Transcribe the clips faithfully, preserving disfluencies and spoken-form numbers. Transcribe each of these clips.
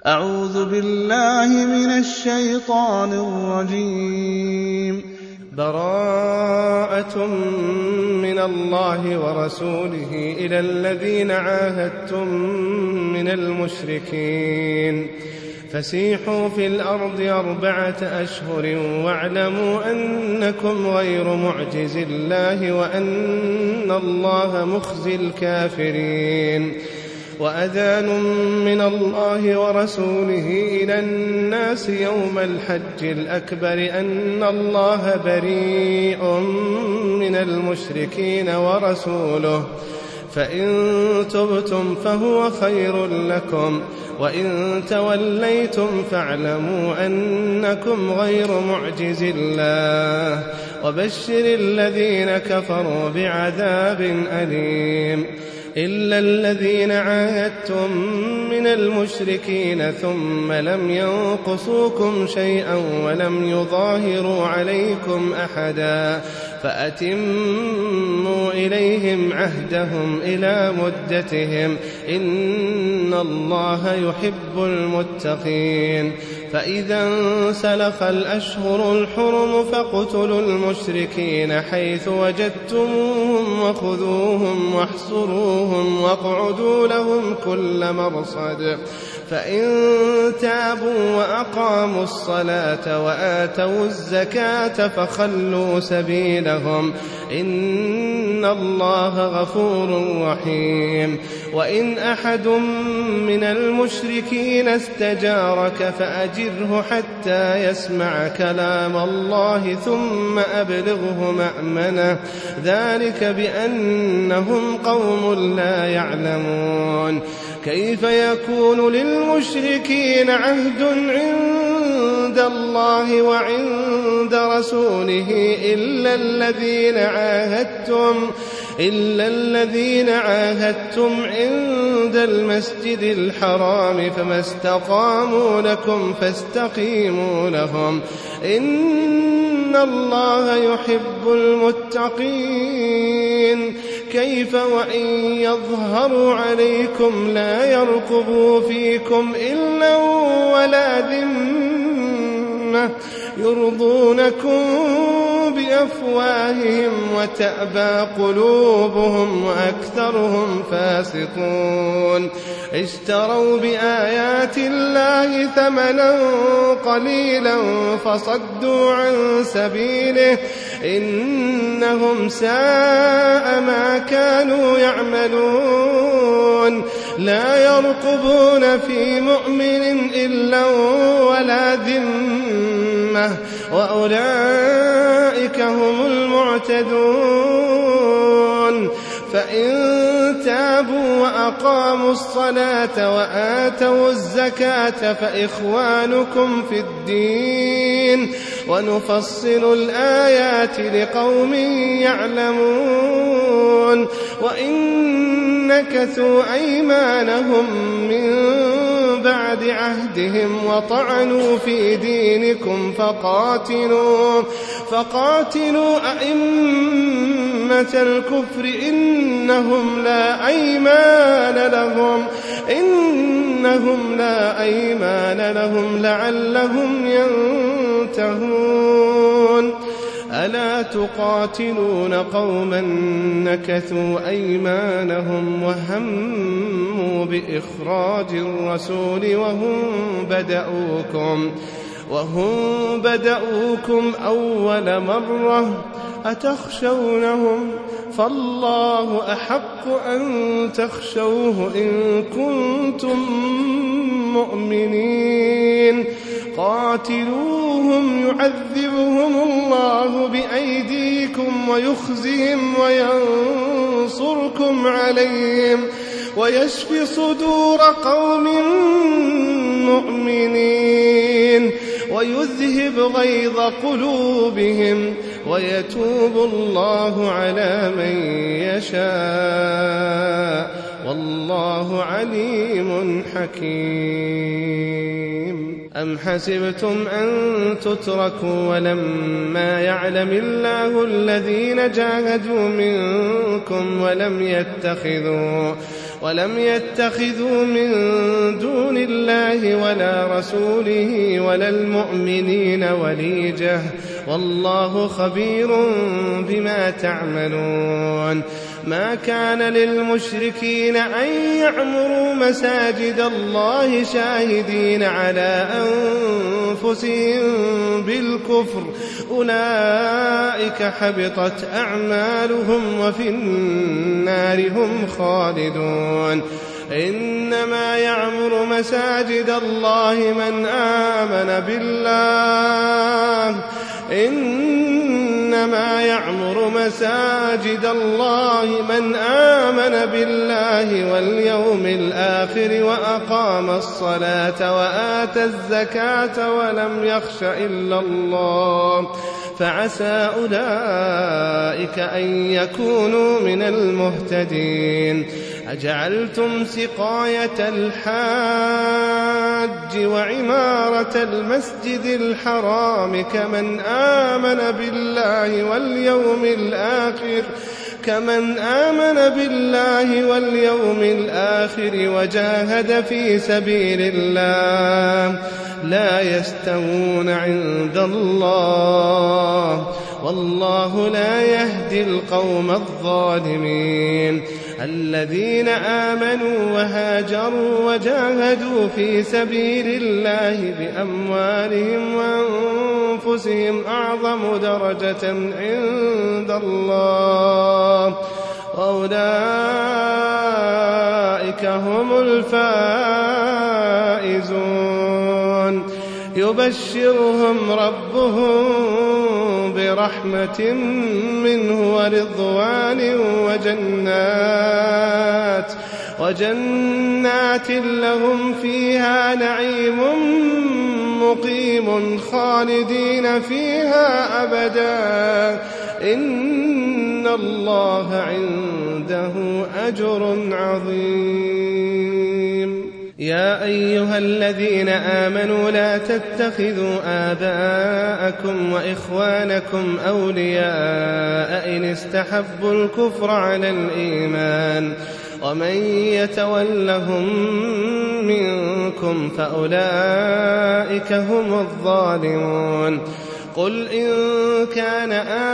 أعوذ بالله من الشيطان الرجيم. براءة من الله ورسوله إلى الذين عاهدتم من المشركين فسيحوا في الأرض أربعة أشهر واعلموا أنكم غير معجز الله وأن الله مخزي الكافرين. وأذان من الله ورسوله إلى الناس يوم الحج الأكبر أن الله بريء من المشركين ورسوله فإن تبتم فهو خير لكم وإن توليتم فاعلموا أنكم غير معجز الله وبشر الذين كفروا بعذاب أليم. إلا الذين عاهدتم من المشركين ثم لم ينقصوكم شيئا ولم يظاهروا عليكم أحدا فأتموا إليهم عهدهم إلى مدتهم إن الله يحب المتقين. فإذا انسلخ الأشهر الحرم فاقتلوا المشركين حيث وجدتموهم وخذوهم واحصروهم واقعدوا لهم كل مرصد فإن تابوا وأقاموا الصلاة وآتوا الزكاة فخلوا سبيلهم إن الله غفور رحيم. وإن أحد من المشركين استجارك فأجره حتى يسمع كلام الله ثم أبلغه مأمنه ذلك بأنهم قوم لا يعلمون. كيف يكون للمشركين عهد عند الله وعند رسوله إلا الذين عاهدتم إلا الذين عاهدتم عند المسجد الحرام فما استقاموا لكم فاستقيموا لهم إن الله يحب المتقين. كيف وإن يظهروا عليكم لا يرقبوا فيكم إلا ولا ذمة يرضونكم بأفواههم وتأبى قلوبهم وأكثرهم فاسقون. اشتروا بآيات الله ثمنا قليلا فصدوا عن سبيله إنهم ساء ما كانوا يعملون. لا يرقبون في مؤمن إلا ولا ذمة وأولئك هم المعتدون. فإن تابوا وأقاموا الصلاة وآتوا الزكاة فإخوانكم في الدين ونفصل الآيات لقوم يعلمون. وإن نكثوا أيمانهم من بعد عهدهم وطعنوا في دينكم فقاتلوا فقاتلوا أئمة الكفر إنهم لا أيمان لهم إنهم لا أيمان لهم لعلهم ينتهون. ألا تقاتلون قوما نكثوا أيمانهم وهموا بإخراج الرسول وهم بدأوكم وهم بدأوكم أول مرة أتخشونهم فالله أحق أن تخشوه إن كنتم مؤمنين. قاتلوهم يعذبهم الله بأيديكم ويخزهم وينصركم عليهم ويشف صدور قوم مؤمنين ويذهب غيظ قلوبهم ويتوب الله على من يشاء والله عليم حكيم. أم حسبتم أن تتركوا ولما يعلم الله الذين جاهدوا منكم ولم يتخذوا ولم يتخذوا من دون الله ولا رسوله ولا المؤمنين وليجة والله خبير بما تعملون ما كان للمشركين أن يعمروا مساجد الله شاهدين على أنفسهم بالكفر أولئك حبطت أعمالهم وفي النار هم خالدون إنما يعمر مساجد الله من آمن بالله إنما يعمر مساجد الله من آمن بالله واليوم الآخر وأقام الصلاة وآتى الزكاة ولم يخش إلا الله فعسى أولئك أن يكونوا من المهتدين أجعلتم سقاية الحاج وعمارة المسجد الحرام كمن آمن بالله واليوم الآخر كمن آمن بالله واليوم الآخر وجاهد في سبيل الله لا يستوون عند الله والله لا يهدي القوم الظالمين الذين آمنوا وهاجروا وجاهدوا في سبيل الله بأموالهم وأنفسهم أعظم درجة عند الله وأولئك هم الفائزون يبشرهم ربهم برحمة منه ورضوان وجنات وجنات لهم فيها نعيم مقيم خالدين فيها أبدا إن الله عنده أجر عظيم يا أيها الذين آمنوا لا تتخذوا آباءكم وإخوانكم أولياء إن استحبوا الكفر على الإيمان ومن يتولهم منكم فأولئك هم الظالمون قل إن كان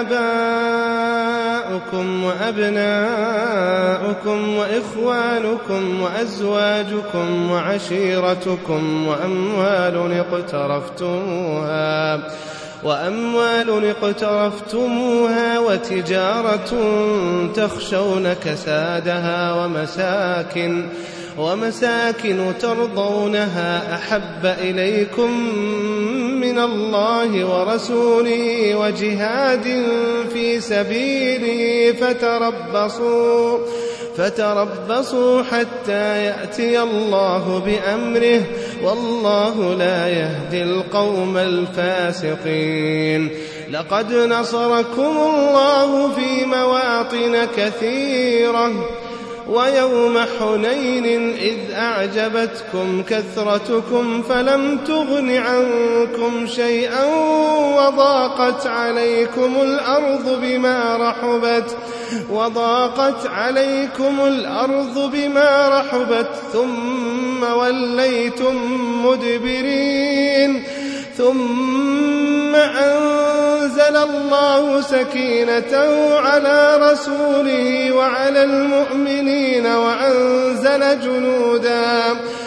آباؤكم وأبناؤكم وإخوانكم وأزواجكم وعشيرتكم وأموال اقترفتموها وأموال اقترفتموها وتجارة تخشون كسادها ومساكن ومساكن ترضونها أحب إليكم من الله ورسوله وجهاد في سبيله فتربصوا فتربصوا حتى يأتي الله بأمره والله لا يهدي القوم الفاسقين لقد نصركم الله في مواطن كثيرة ويوم حنين إذ أعجبتكم كثرتكم فلم تغن عنكم شيئا وضاقت عليكم الأرض بما رحبت وضاقت عليكم الأرض بما رحبت ثم وليتم مدبرين ثم أنزل الله سكينته على رسوله وعلى المؤمنين وأنزل جنودا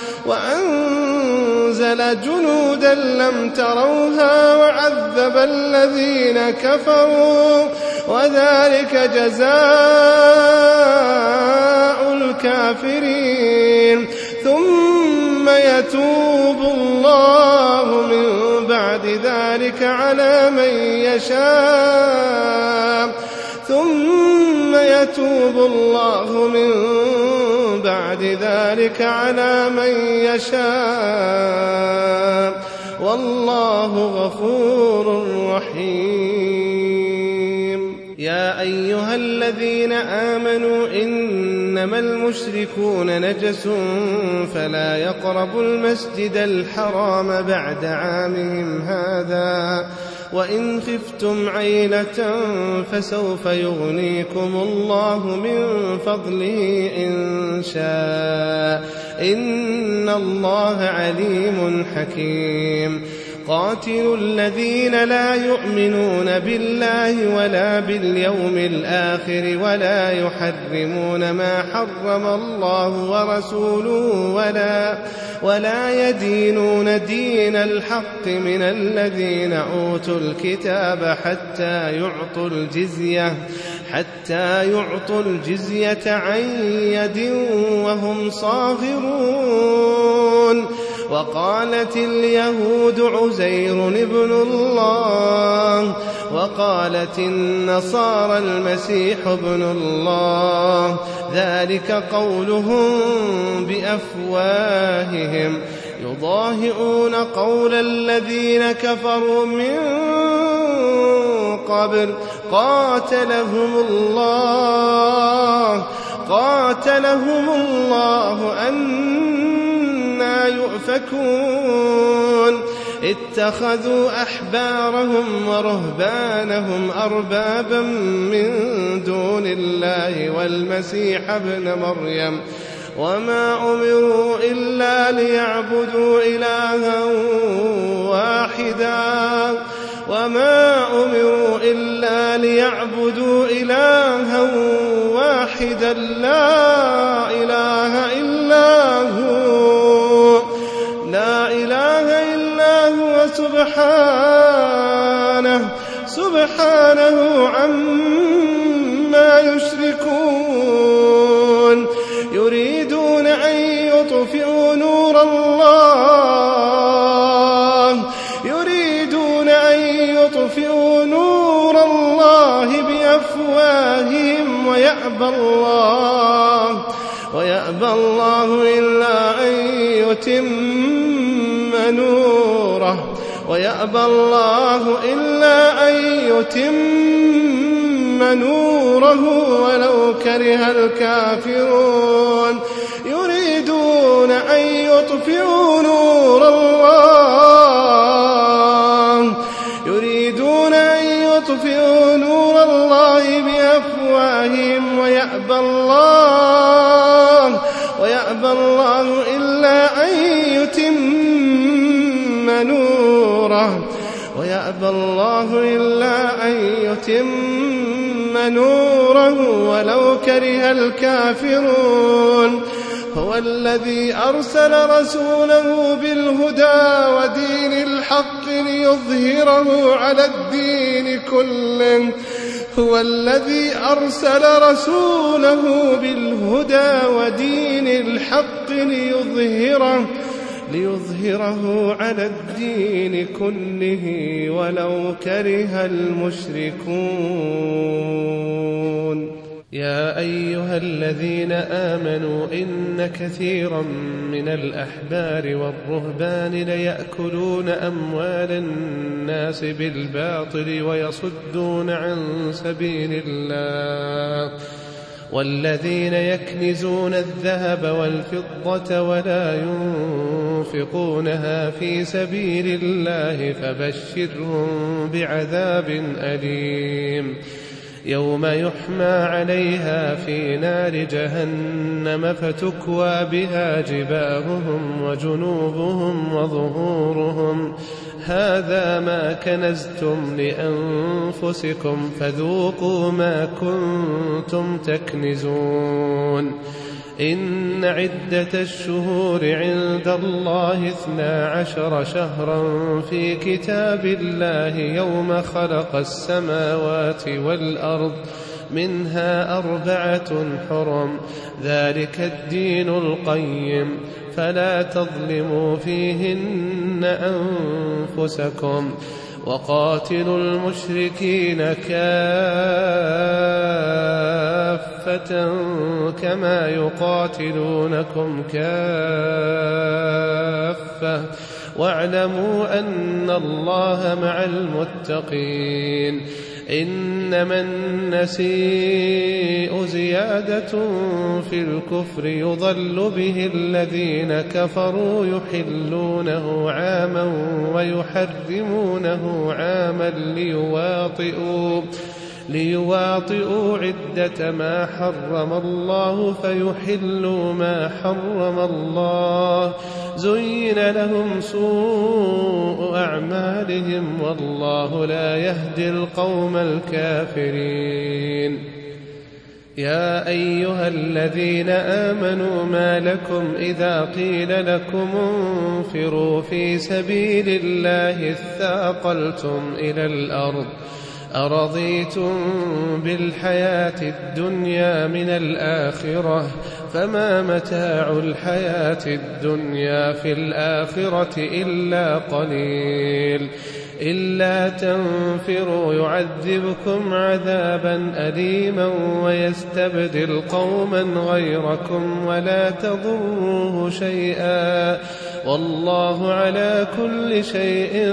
وأنزل جنودا لم تروها وعذب الذين كفروا وذلك جزاء الكافرين ثم يتوب الله من بعد ذلك على من يشاء ثم يتوب الله من بعد ذلك على من يشاء والله غفور رحيم يا أيها الذين آمنوا إنما المشركون نجس فلا يقربوا المسجد الحرام بعد عامهم هذا وإن خفتم عيلة فسوف يغنيكم الله من فضله إن شاء إن الله عليم حكيم قاتلوا الذين لا يؤمنون بالله ولا باليوم الآخر ولا يحرمون ما حرم الله ورسوله ولا, ولا يدينون دين الحق من الذين أوتوا الكتاب حتى يعطوا الجزية حتى يعطوا الجزية عن يد وهم صاغرون وقالت اليهود عزير ابن الله وقالت النصارى المسيح ابن الله ذلك قولهم بأفواههم يضاهئون قول الذين كفروا من قبل قاتلهم الله قاتلهم الله أنى يؤفكون اتخذوا أحبارهم ورهبانهم أربابا من دون الله والمسيح ابن مريم وما أمروا إلا ليعبدوا إلها واحدا وما أمروا إلا ليعبدوا إلها واحدا لا إله إلا هو لا إله إلا هو سبحانه سبحانه عما يشركون يريدون أن يطفئوا نور الله يريدون أن يطفئوا نور الله بأفواههم ويأبى الله ويأبى الله إلا أن يتم نوره ويأبى الله إلا أن يتم نوره ولو كره الكافرون يريدون أن يطفئوا نور الله يريدون أن يطفئوا نور الله بأفواههم ويأبى الله ويأبى الله إلا أن يتم نوره ويأبى الله إلا أن يتم نوره ولو كره الكافرون هو الذي أرسل رسوله بالهدى ودين الحق ليظهره على الدين كله هو الذي أرسل رسوله بالهدى ودين الحق ليظهره ليظهره على الدين كله ولو كره المشركون يا أيها الذين آمنوا إن كثيرا من الأحبار والرهبان ليأكلون أموال الناس بالباطل ويصدون عن سبيل الله والذين يكنزون الذهب والفضة ولا ينفقونها في سبيل الله فبشرهم بعذاب أليم يوم يحمى عليها في نار جهنم فتكوى بها جباههم وجنوبهم وظهورهم هذا ما كنزتم لأنفسكم فذوقوا ما كنتم تكنزون إن عدة الشهور عند الله اثنا عشر شهرا في كتاب الله يوم خلق السماوات والأرض منها أربعة حرم ذلك الدين القيم فلا تظلموا فيهن أنفسكم وقاتلوا المشركين كافة كما يقاتلونكم كافة واعلموا أن الله مع المتقين إنما النسيء زيادة في الكفر يضل به الذين كفروا يحلونه عاما ويحرمونه عاما ليواطئوا ليواطئوا عدة ما حرم الله فيحلوا ما حرم الله زين لهم سوء أعمالهم والله لا يهدي القوم الكافرين. يا أيها الذين آمنوا ما لكم إذا قيل لكم انفروا في سبيل الله اثاقلتم إلى الأرض أرضيتم بالحياة الدنيا من الآخرة فما متاع الحياة الدنيا في الآخرة إلا قليل إلا تنفروا يعذبكم عذابا أليما ويستبدل قوما غيركم ولا تضروه شيئا والله على كل شيء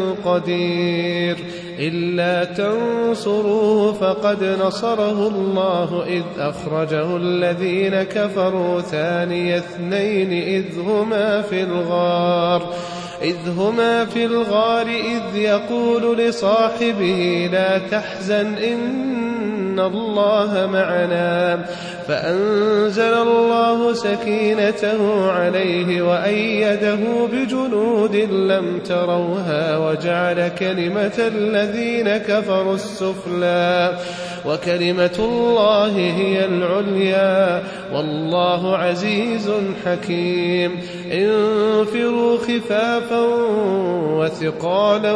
قدير. إلا تنصروه فقد نصره الله إذ أخرجه الذين كفروا ثاني اثنين إذ هما في الغار إذ هما في الغار إذ يقول لصاحبه لا تحزن إن الله معنا فأنزل الله سكينته عليه وأيده بجنود لم تروها وجعل كلمة الذين كفروا السفلى وكلمة الله هي العليا والله عزيز حكيم. انفروا خفافا وثقالا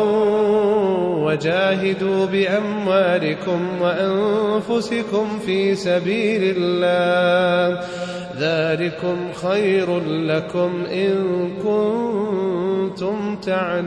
وجاهدوا بأموالكم وأنفسكم في سبيل الله ذلكم خير لكم إن كنتم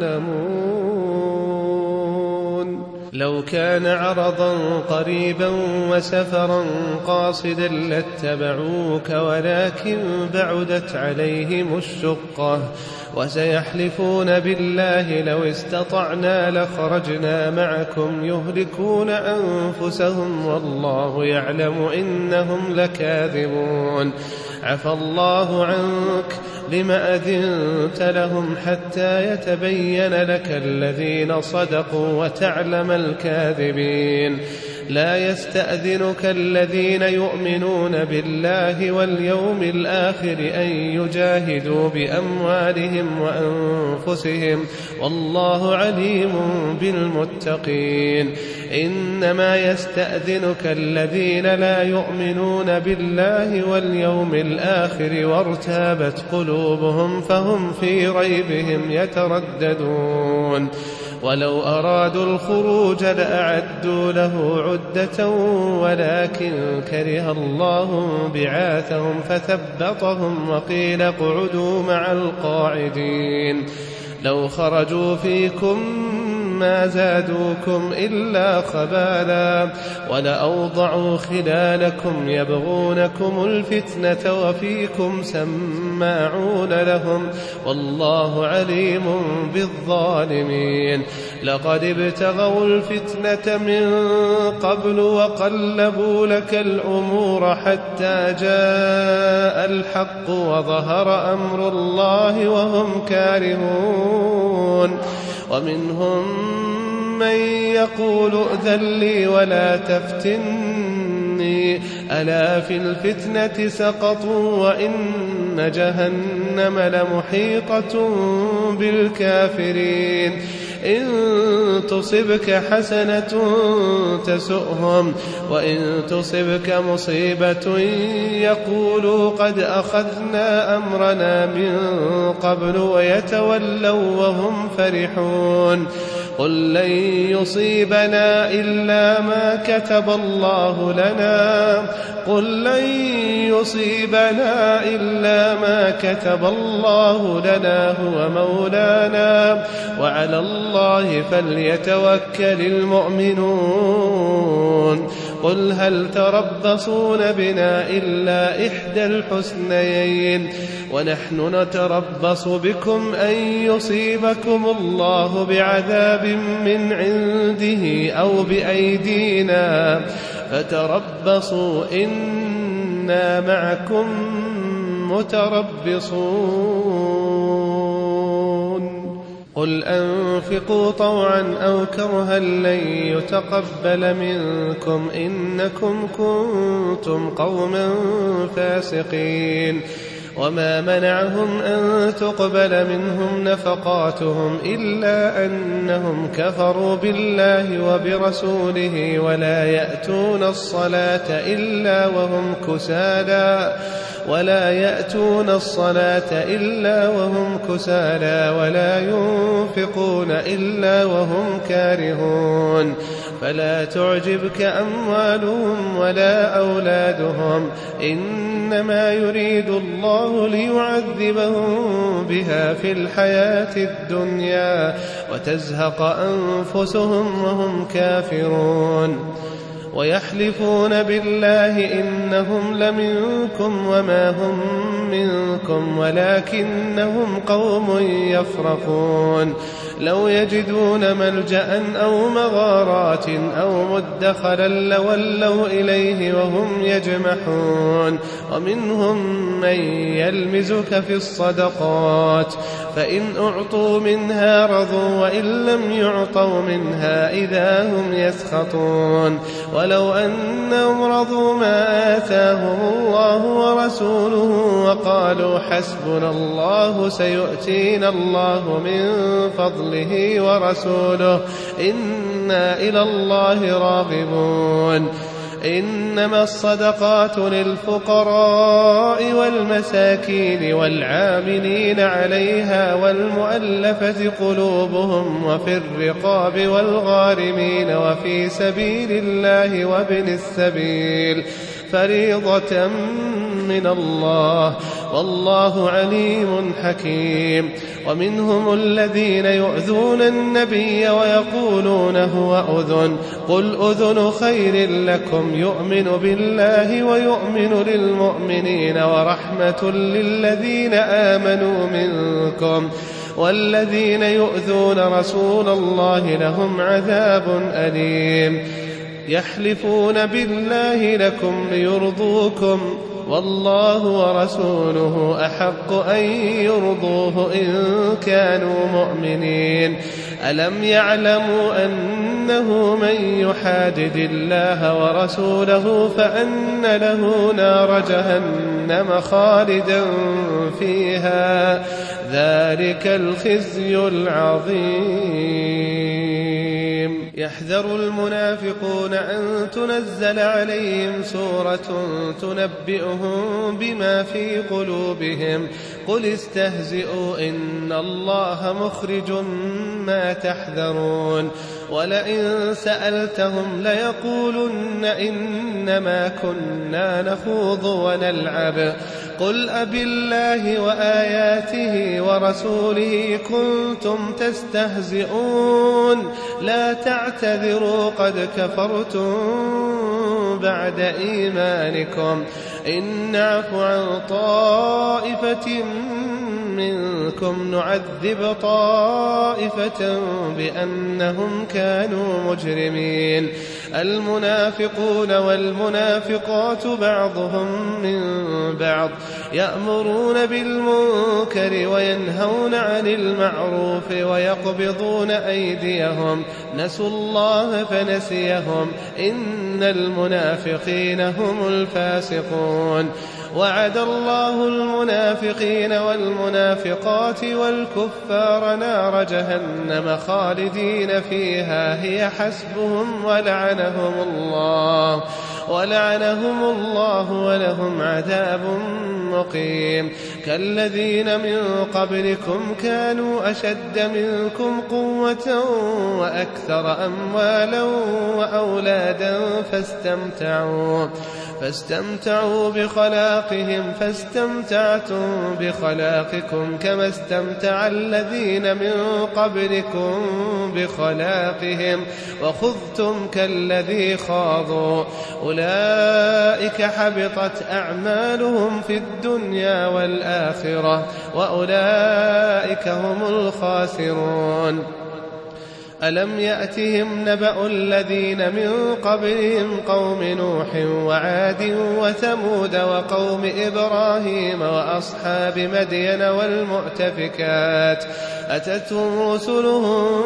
تعلمون. لو كان عرضا قريبا وسفرا قاصدا لاتبعوك ولكن بعدت عليهم الشقة وسيحلفون بالله لو استطعنا لخرجنا معكم يهلكون أنفسهم والله يعلم إنهم لكاذبون. عفى الله عنك لم أذنت لهم حتى يتبين لك الذين صدقوا وتعلم الكاذبين. لا يستأذنك الذين يؤمنون بالله واليوم الآخر أن يجاهدوا بأموالهم وأنفسهم والله عليم بالمتقين. إنما يستأذنك الذين لا يؤمنون بالله واليوم الآخر وارتابت قلوبهم فهم في ريبهم يترددون. ولو أرادوا الخروج لأعدوا له عدة ولكن كره الله بعاثهم فثبطهم وقيل اقعدوا مع القاعدين. لو خرجوا فيكم ما زادوكم إلا خبالا ولأوضعوا خلالكم يبغونكم الفتنة وفيكم سماعون لهم والله عليم بالظالمين. لقد ابتغوا الفتنة من قبل وقلبوا لك الأمور حتى جاء الحق وظهر أمر الله وهم كارهون. ومنهم من يقول ائذن لي ولا تفتني ألا في الفتنة سقطوا وإن جهنم لمحيطة بالكافرين. إن تصبك حسنة تسؤهم وإن تصبك مصيبة يقولوا قد أخذنا أمرنا من قبل ويتولوا وهم فرحون. قل لن يصيبنا إلا ما كتب الله لنا قل لن يصيبنا إلا ما كتب الله لنا هو مولانا وعلى الله فليتوكل المؤمنون. قل هل تربصون بنا إلا إحدى الحسنيين ونحن نتربص بكم أن يصيبكم الله بعذاب من عنده أو بأيدينا فتربصوا إنا معكم متربصون قل أنفقوا طوعا أو كرها لن يتقبل منكم إنكم كنتم قوما فاسقين وما منعهم أن تقبل منهم نفقاتهم إلا أنهم كفروا بالله وبرسوله ولا يأتون الصلاة إلا وهم كسالى ولا يأتون الصلاة إلا وهم كسالى ولا ينفقون إلا وهم كارهون فلا تعجبك أموالهم ولا أولادهم إنما يريد الله ليعذبهم بها في الحياة الدنيا وتزهق أنفسهم وهم كافرون ويحلفون بالله إنهم لمنكم وما هم منكم ولكنهم قوم يفرقون لو يجدون ملجأ أو مغارات أو مدخلا لولوا إليه وهم يجمحون ومنهم من يلمزك في الصدقات فإن أعطوا منها رضوا وإن لم يعطوا منها إذا هم يسخطون ولو أنهم رضوا ما آتاهم الله ورسوله وقالوا حسبنا الله سيؤتينا الله من فضله ورسوله إنا إلى الله راغبون إنما الصدقات للفقراء والمساكين والعاملين عليها والمؤلفة قلوبهم وفي الرقاب والغارمين وفي سبيل الله وابن السبيل فريضة من الله والله عليم حكيم ومنهم الذين يؤذون النبي ويقولون هو أذن قل أذن خير لكم يؤمن بالله ويؤمن للمؤمنين ورحمة للذين آمنوا منكم والذين يؤذون رسول الله لهم عذاب أليم يحلفون بالله لكم ليرضوكم والله ورسوله أحق أن يرضوه إن كانوا مؤمنين ألم يعلموا أنه من يحادد الله ورسوله فأن له نار جهنم خالدا فيها ذلك الخزي العظيم يحذر المنافقون أن تنزل عليهم سورة تنبئهم بما في قلوبهم قل استهزئوا إن الله مخرج ما تحذرون ولئن سألتهم ليقولن إنما كنا نخوض ونلعب قل أبالله وآياته ورسوله كنتم تستهزئون لا تعتذروا قد كفرتم بعد إيمانكم إن نعف عن طائفة منكم نعذب طائفة بأنهم كانوا مجرمين المنافقون والمنافقات بعضهم من بعض يأمرون بالمنكر وينهون عن المعروف ويقبضون أيديهم نسوا الله فنسيهم إن المنافقين هم الفاسقون وعد الله المنافقين والمنافقات والكفار نار جهنم خالدين فيها هي حسبهم ولعنهم الله ولعنهم الله ولهم عذاب مقيم كالذين من قبلكم كانوا أشد منكم قوة وأكثر أموالا وأولادا فاستمتعوا فاستمتعوا بخلاقهم فاستمتعتم بخلاقكم كما استمتع الذين من قبلكم بخلاقهم وخذتم كالذي خاضوا أولئك حبطت أعمالهم في الدنيا والآخرة وأولئك هم الخاسرون. ألم يأتهم نبأ الذين من قبلهم قوم نوح وعاد وثمود وقوم إبراهيم وأصحاب مدين والمؤتفكات أتتهم رسلهم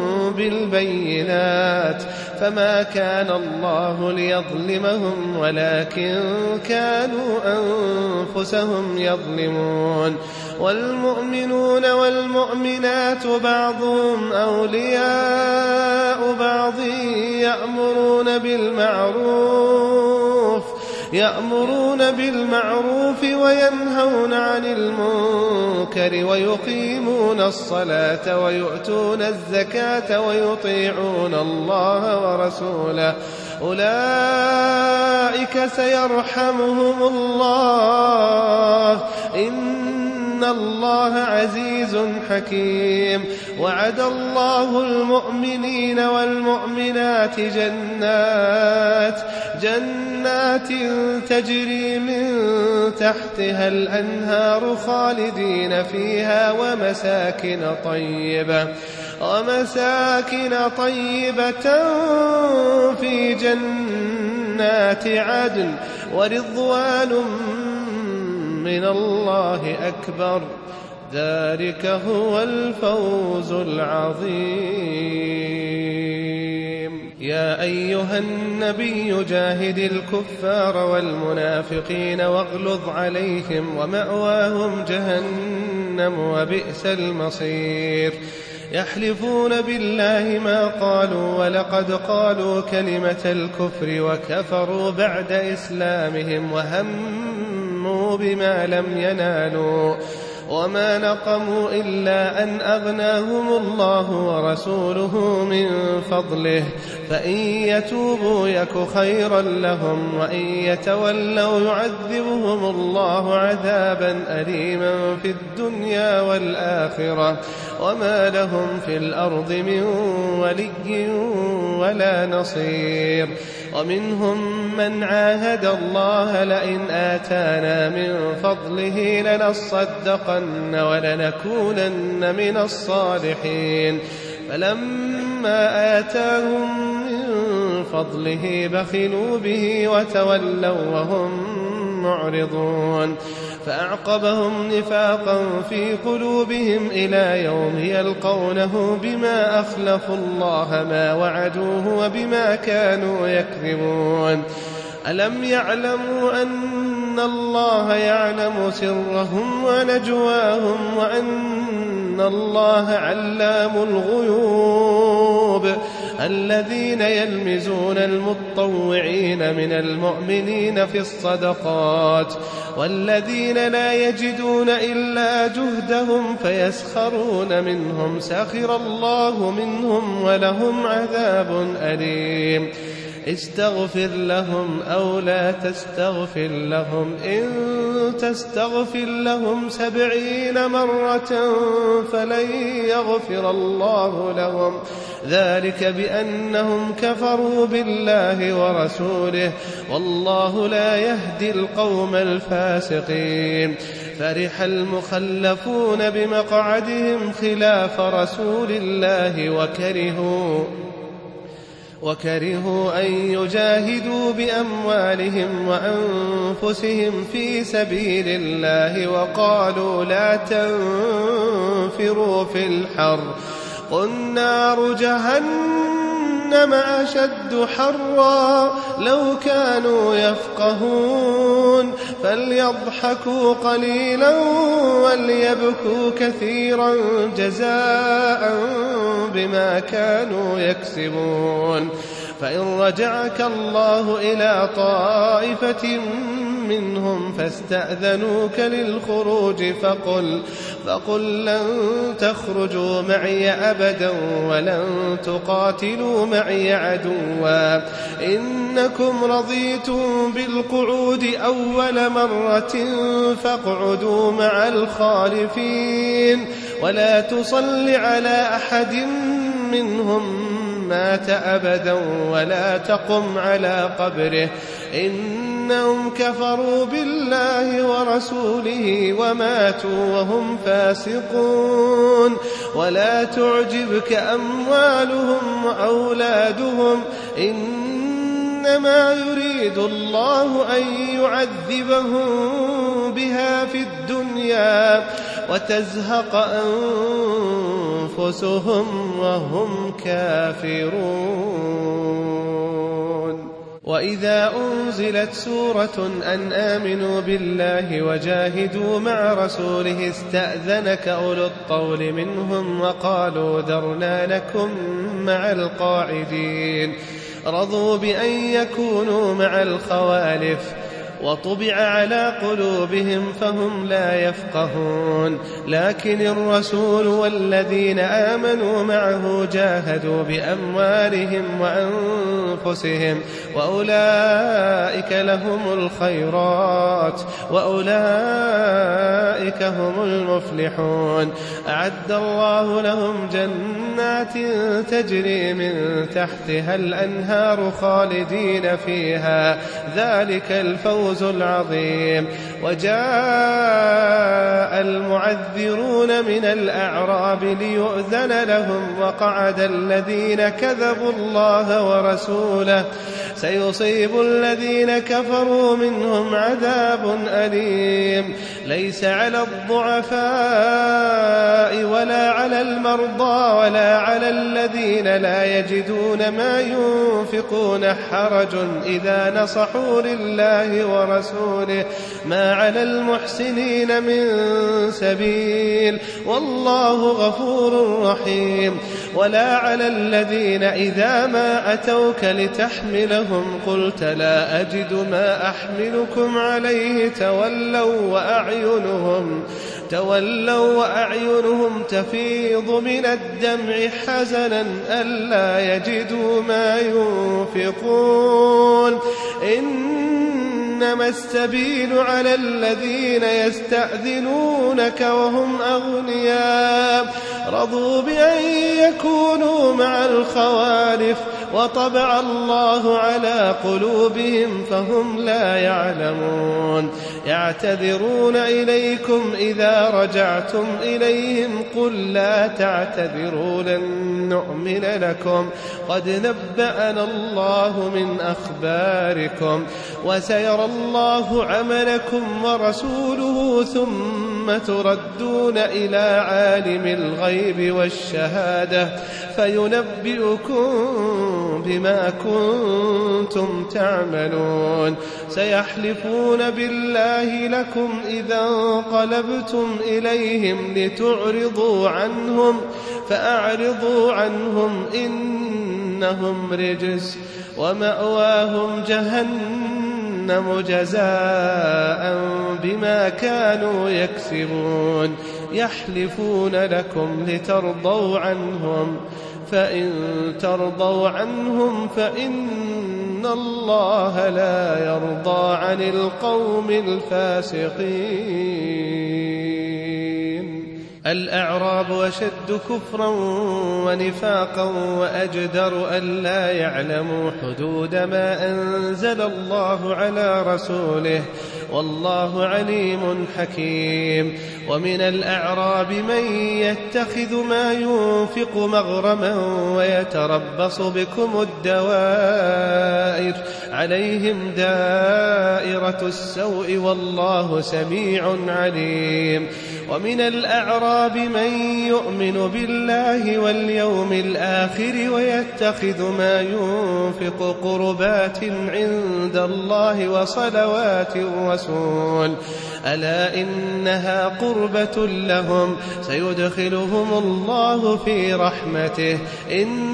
بالبينات فما كان الله ليظلمهم ولكن كانوا أنفسهم يظلمون. والمؤمنون والمؤمنات بعضهم أولياء بعض يأمرون بالمعروف يأمرون بالمعروف وينهون عن المنكر ويقيمون الصلاة ويؤتون الزكاة ويطيعون الله ورسوله أولئك سيرحمهم الله إن الله عزيز حكيم. وعد الله المؤمنين والمؤمنات جنات جنات تجري من تحتها الأنهار خالدين فيها ومساكن طيبة ومساكن طيبة في جنات عدن ورضوان من الله أكبر ذلك هو الفوز العظيم. يا أيها النبي جاهد الكفار والمنافقين واغلظ عليهم ومأواهم جهنم وبئس المصير. يحلفون بالله ما قالوا ولقد قالوا كلمة الكفر وكفروا بعد إسلامهم وهموا بما لم ينالوا وما نقموا إلا أن أغناهم الله ورسوله من فضله فإن يتوبوا يك خيرا لهم وإن يتولوا يعذبهم الله عذابا أليما في الدنيا والآخرة وما لهم في الأرض من ولي ولا نصير. ومنهم من عاهد الله لئن آتانا من فضله لنصدقن ولنكونن من الصالحين فلما آتاهم من فضله بخلوا به وتولوا وهم معرضون فأعقبهم نفاقا في قلوبهم إلى يوم يلقونه بما أخلفوا الله ما وعدوه وبما كانوا يكذبون. ألم يعلموا أن الله يعلم سرهم ونجواهم وأن الله علام الغيوب. الذين يلمزون المتطوعين من المؤمنين في الصدقات والذين لا يجدون إلا جهدهم فيسخرون منهم سخر الله منهم ولهم عذاب أليم. استغفر لهم أو لا تستغفر لهم إن تستغفر لهم سبعين مرة فلن يغفر الله لهم ذلك بأنهم كفروا بالله ورسوله والله لا يهدي القوم الفاسقين. فرح المخلفون بمقعدهم خلاف رسول الله وكرهوا وكرهوا أن يجاهدوا بأموالهم وأنفسهم في سبيل الله وقالوا لا تنفروا في الحر قل نار جهنم أشد حرا لو كانوا يفقهون فليضحكوا قليلا وليبكوا كثيرا جزاء بما كانوا يكسبون. فإن رجعك الله إلى طائفة منهم فاستأذنوك للخروج فقل, فقل لن تخرجوا معي أبدا ولن تقاتلوا معي عدوا إنكم رضيتم بالقعود أول مرة فاقعدوا مع الخالفين ولا تصل على أحد منهم مات أبدا ولا تقم على قبره إنهم كفروا بالله ورسوله وماتوا وهم فاسقون ولا تعجبك أموالهم وأولادهم إنما يريد الله أن يعذبهم بها في الدنيا وتزهق أنفسهم وهم كافرون. وإذا أنزلت سورة أن آمنوا بالله وجاهدوا مع رسوله استأذنك أولو الطول منهم وقالوا ذرنا لكم مع القاعدين رضوا بأن يكونوا مع الخوالف وطبع على قلوبهم فهم لا يفقهون لكن الرسول والذين آمنوا معه جاهدوا بأموالهم وأنفسهم وأولئك لهم الخيرات وأولئك هم المفلحون أعد الله لهم جنات تجري من تحتها الأنهار خالدين فيها ذلك الفوز العظيم. وجاء المعذرون من الأعراب ليؤذن لهم وقعد الذين كذبوا الله ورسوله سيصيب الذين كفروا منهم عذاب أليم ليس على الضعفاء ولا على المرضى ولا على الذين لا يجدون ما ينفقون حرج إذا نصحوا لله ورسوله ما على المحسنين من سبيل والله غفور رحيم ولا على الذين إذا ما أتوك لتحملهم قلت لا أجد ما أحملكم عليه تولوا وأعينهم تولوا وأعينهم تفيض من الدمع حزنا ألا يجدوا ما ينفقون إنما السبيل على الذين يستأذنونك وهم أغنياء رضوا بأن يكونوا مع الخوالف وطبع الله على قلوبهم فهم لا يعلمون يعتذرون إليكم إذا رجعتم إليهم قل لا تعتذروا لن نؤمن لكم قد نبأنا الله من أخباركم وسيرى الله عملكم ورسوله ثم تردون إلى عالم الغيب والشهادة فينبئكم بما كنتم تعملون سيحلفون بالله لكم إذا انقلبتم إليهم لتعرضوا عنهم فأعرضوا عنهم إنهم رجس ومأواهم جهنم جزاء بما كانوا يكسبون يحلفون لكم لترضوا عنهم فإن ترضوا عنهم فإن الله لا يرضى عن القوم الفاسقين. الأعراب أشد كفرا ونفاقا وأجدر أن لا يعلموا حدود ما أنزل الله على رسوله والله عليم حكيم. ومن الأعراب من يتخذ ما ينفق مغرما ويتربص بكم الدوائر عليهم دائرة السوء والله سميع عليم. ومن الأعراب من يؤمن بالله واليوم الآخر ويتخذ ما ينفق قربات عند الله وصلوات الرسول ألا إنها قربة لهم سيدخلهم الله في رحمته إن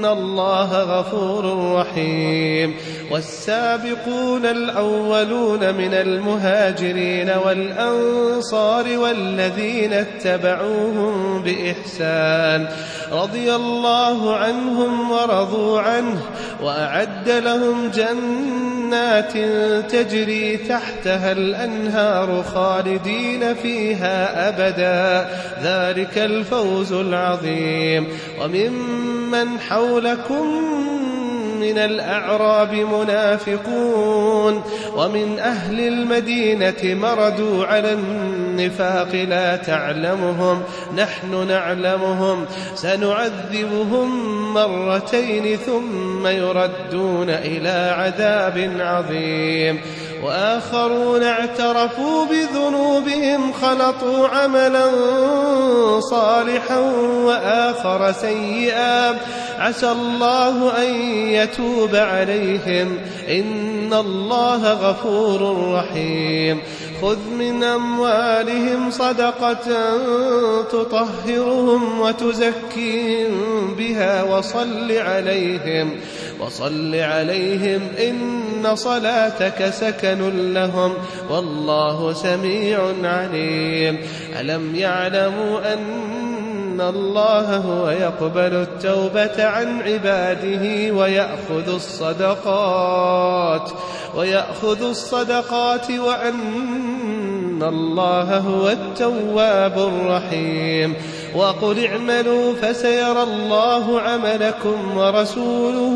إن الله غفور رحيم. والسابقون الأولون من المهاجرين والأنصار والذين اتبعوهم بإحسان رضي الله عنهم ورضوا عنه وأعد لهم جنات تجري تحتها الأنهار خالدين فيها أبدا ذلك الفوز العظيم. وممن حولكم من الأعراب منافقون ومن أهل المدينة مردوا على النفاق لا تعلمهم نحن نعلمهم سنعذبهم مرتين ثم يردون إلى عذاب عظيم. وآخرون اعترفوا بذنوبهم خلطوا عملا صالحا وآخر سيئا عسى الله أن يتوب عليهم إن الله غفور رحيم. خذ من أموالهم صدقة تطهرهم وتزكيهم بها وصل عليهم وصل عليهم إن صلاتك سكن لهم والله سميع عليم. ألم يعلموا أن الله هو يقبل التوبة عن عباده ويأخذ الصدقات ويأخذ الصدقات وأن الله هو التواب الرحيم. وقل اعملوا فسيرى الله عملكم ورسوله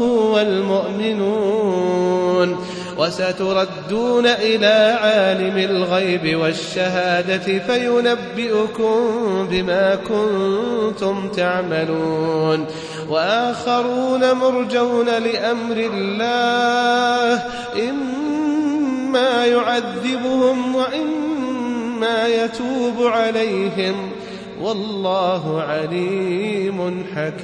والمؤمنون وستردون إلى عالم الغيب والشهادة فينبئكم بما كنتم تعملون. وآخرون مرجون لأمر الله إما يعذبهم وإما يتوب عليهم والله عليم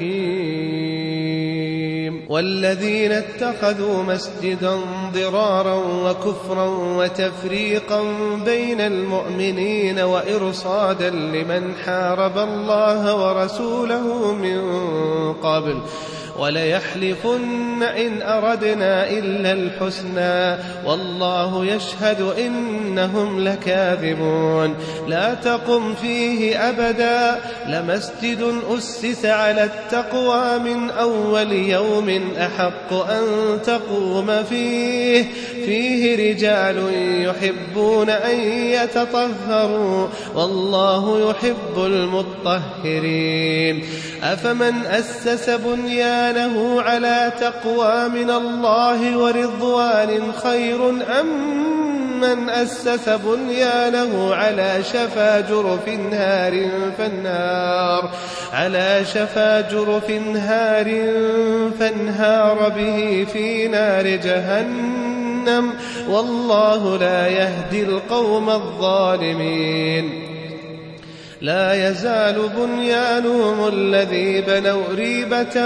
حكيم. والذين اتخذوا مسجدا ضرارا وكفرا وتفريقا بين المؤمنين وإرصادا لمن حارب الله ورسوله من قبل وليحلفن إن أردنا إلا الحسنى والله يشهد إنهم لكاذبون. لا تقم فيه أبدا لمسجد أسس على التقوى من أول يوم أحق أن تقوم فيه فيه رجال يحبون أن يتطهروا والله يحب المطهرين. أفمن أسس بنيانه على تقوى من الله ورضوان خير أم من أسس بنيانه على شفا جرف نار فانهار على شفا جرف نار فانهار به في نار جهنم والله لا يهدي القوم الظالمين. لا يزال بنيانهم الذي بنوا ريبة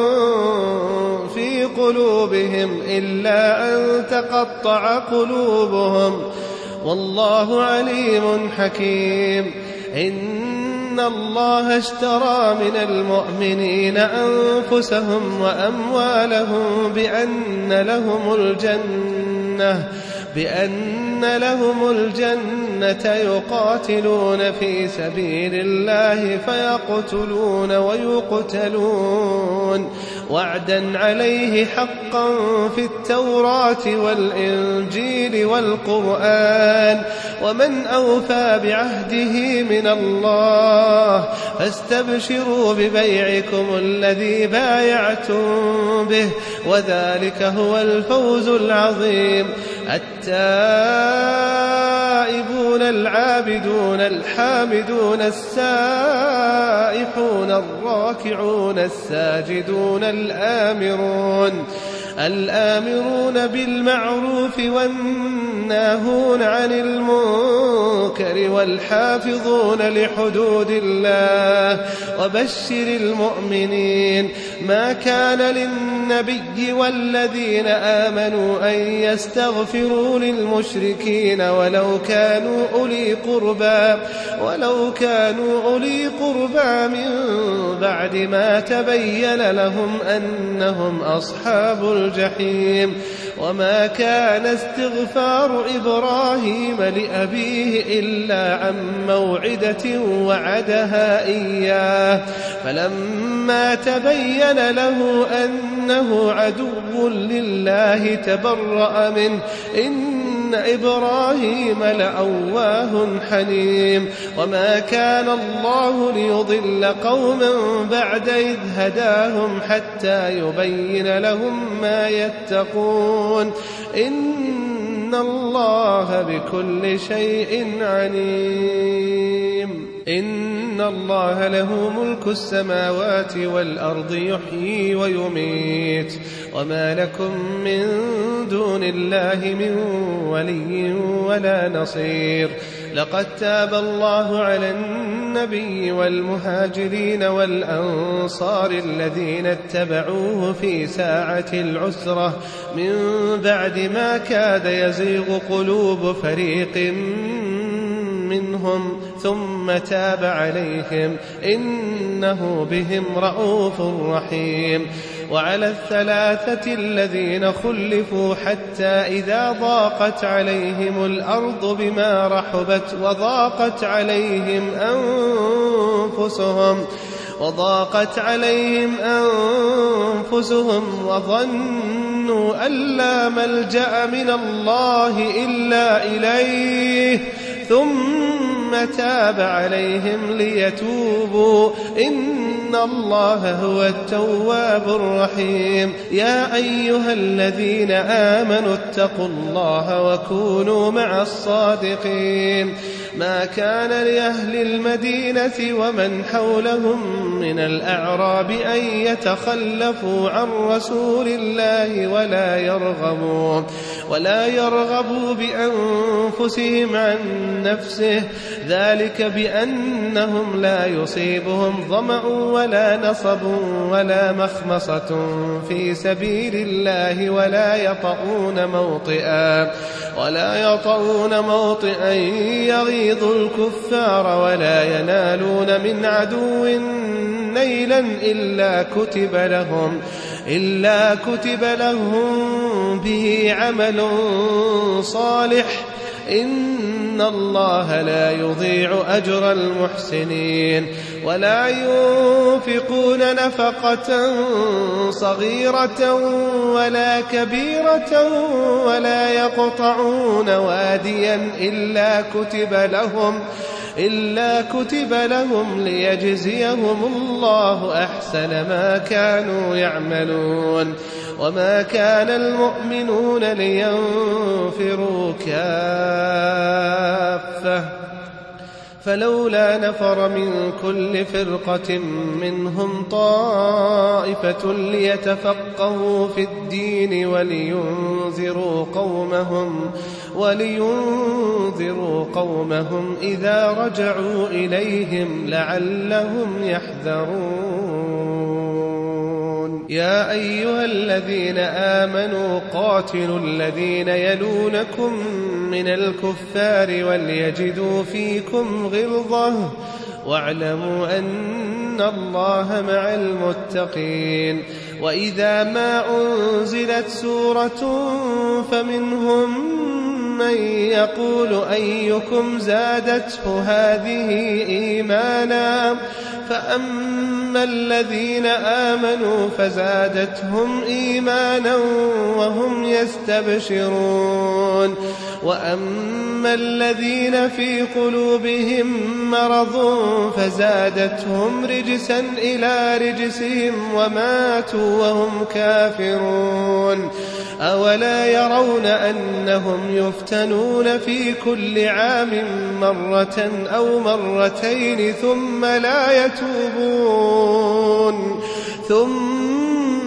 في قلوبهم إلا أن تقطع قلوبهم والله عليم حكيم. إن الله اشترى من المؤمنين أنفسهم وأموالهم بأن لهم الجنة بأن لهم الجنة يقاتلون في سبيل الله فيقتلون ويقتلون وعدا عليه حقا في التوراة والإنجيل والقرآن ومن أوفى بعهده من الله فاستبشروا ببيعكم الذي بايعتم به وذلك هو الفوز العظيم. التائبون العابدون الحامدون السائحون الراكعون الساجدون الآمرون الآمرون بالمعروف والناهون عن المنكر والحافظون لحدود الله وبشر المؤمنين. ما كان للنبي والذين آمنوا أن يستغفروا للمشركين ولو كانوا أولي قربى ولو كانوا أولي قربى من بعد ما تبين لهم أنهم أصحاب الجحيم. وما كان استغفار إبراهيم لأبيه إلا عن موعدة وعدها إياه فلما تبين له أنه عدو لله تبرأ منه إن إبراهيم لأواه حليم. وما كان الله ليضل قوما بعد إذ هداهم حتى يبين لهم ما يتقون إن الله بكل شيء عليم. إن الله له ملك السماوات والأرض يحيي ويميت وما لكم من دون الله من ولي ولا نصير. لقد تاب الله على النبي والمهاجرين والأنصار الذين اتبعوه في ساعة العسرة من بعد ما كاد يزيغ قلوب فريق منهم ثم تاب عليهم إنه بهم رءوف رحيم. وعلى الثلاثة الذين خلفوا حتى إذا ضاقت عليهم الأرض بما رحبت وضاقت عليهم أنفسهم وضاقت عليهم أنفسهم وظنوا أن لا ملجأ من الله إلا إليه ثم تاب عليهم ليتوبوا إن الله هو التواب الرحيم. يا أيها الذين آمنوا اتقوا الله وكونوا مع الصادقين. ما كان لأهل المدينة ومن حولهم من الأعراب أن يتخلفوا عن رسول الله ولا يرغبوا ولا يرغبوا بأنفسهم عن نفسه ذلك بأنهم لا يصيبهم ظمأ ولا نصب ولا مخمصة في سبيل الله ولا يطؤون موطئا ولا يطؤون موطئا يغيظ الكفار ولا ينالون من عدو نيلا إلا كتب لهم إلا كتب لهم به عمل صالح إن الله لا يضيع أجر المحسنين. ولا ينفقون نفقة صغيرة ولا كبيرة ولا يقطعون واديا إلا كتب لهم إلا كتب لهم ليجزيهم الله أحسن ما كانوا يعملون. وما كان المؤمنون لينفروا كافة فلولا نفر من كل فرقة منهم طائفة ليتفقهوا في الدين ولينذروا قومهم ولينذروا قومهم إذا رجعوا إليهم لعلهم يحذرون. يا أيها الذين آمنوا قاتلوا الذين يلونكم من الكفار وليجدوا فيكم غلظة واعلموا أن الله مع المتقين. وإذا ما أنزلت سورة فمنهم من يقول أيكم زادته هذه إيمانا فأما الذين آمنوا فزادتهم إيمانا وهم يستبشرون. وأما الذين في قلوبهم مرض فزادتهم رجسا إلى رجسهم وماتوا وهم كافرون. أولا يرون أنهم يفتنون في كل عام مرة أو مرتين ثم لا يتوبون ثم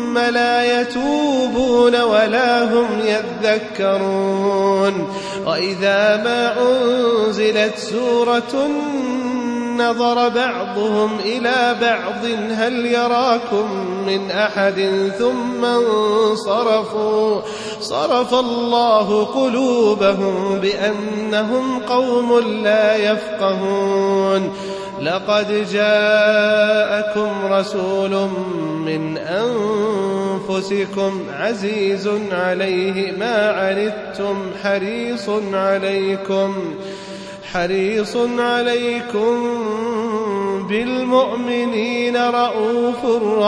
ثم لا يتوبون ولا هم يذكرون وإذا ما أنزلت سورة نظر بعضهم إلى بعض هل يراكم من أحد ثم انصرفوا صرف الله قلوبهم بأنهم قوم لا يفقهون لقد جاءكم رسول من أنفسكم عزيز عليه ما عنتم حريص عليكم حريص عليكم بالمؤمنين رؤوف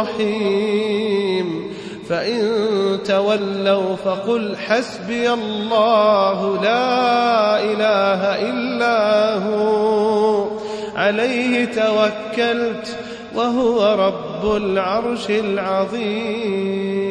رحيم فإن تولوا فقل حسبي الله لا إله إلا هو عليه توكلت وهو رب العرش العظيم.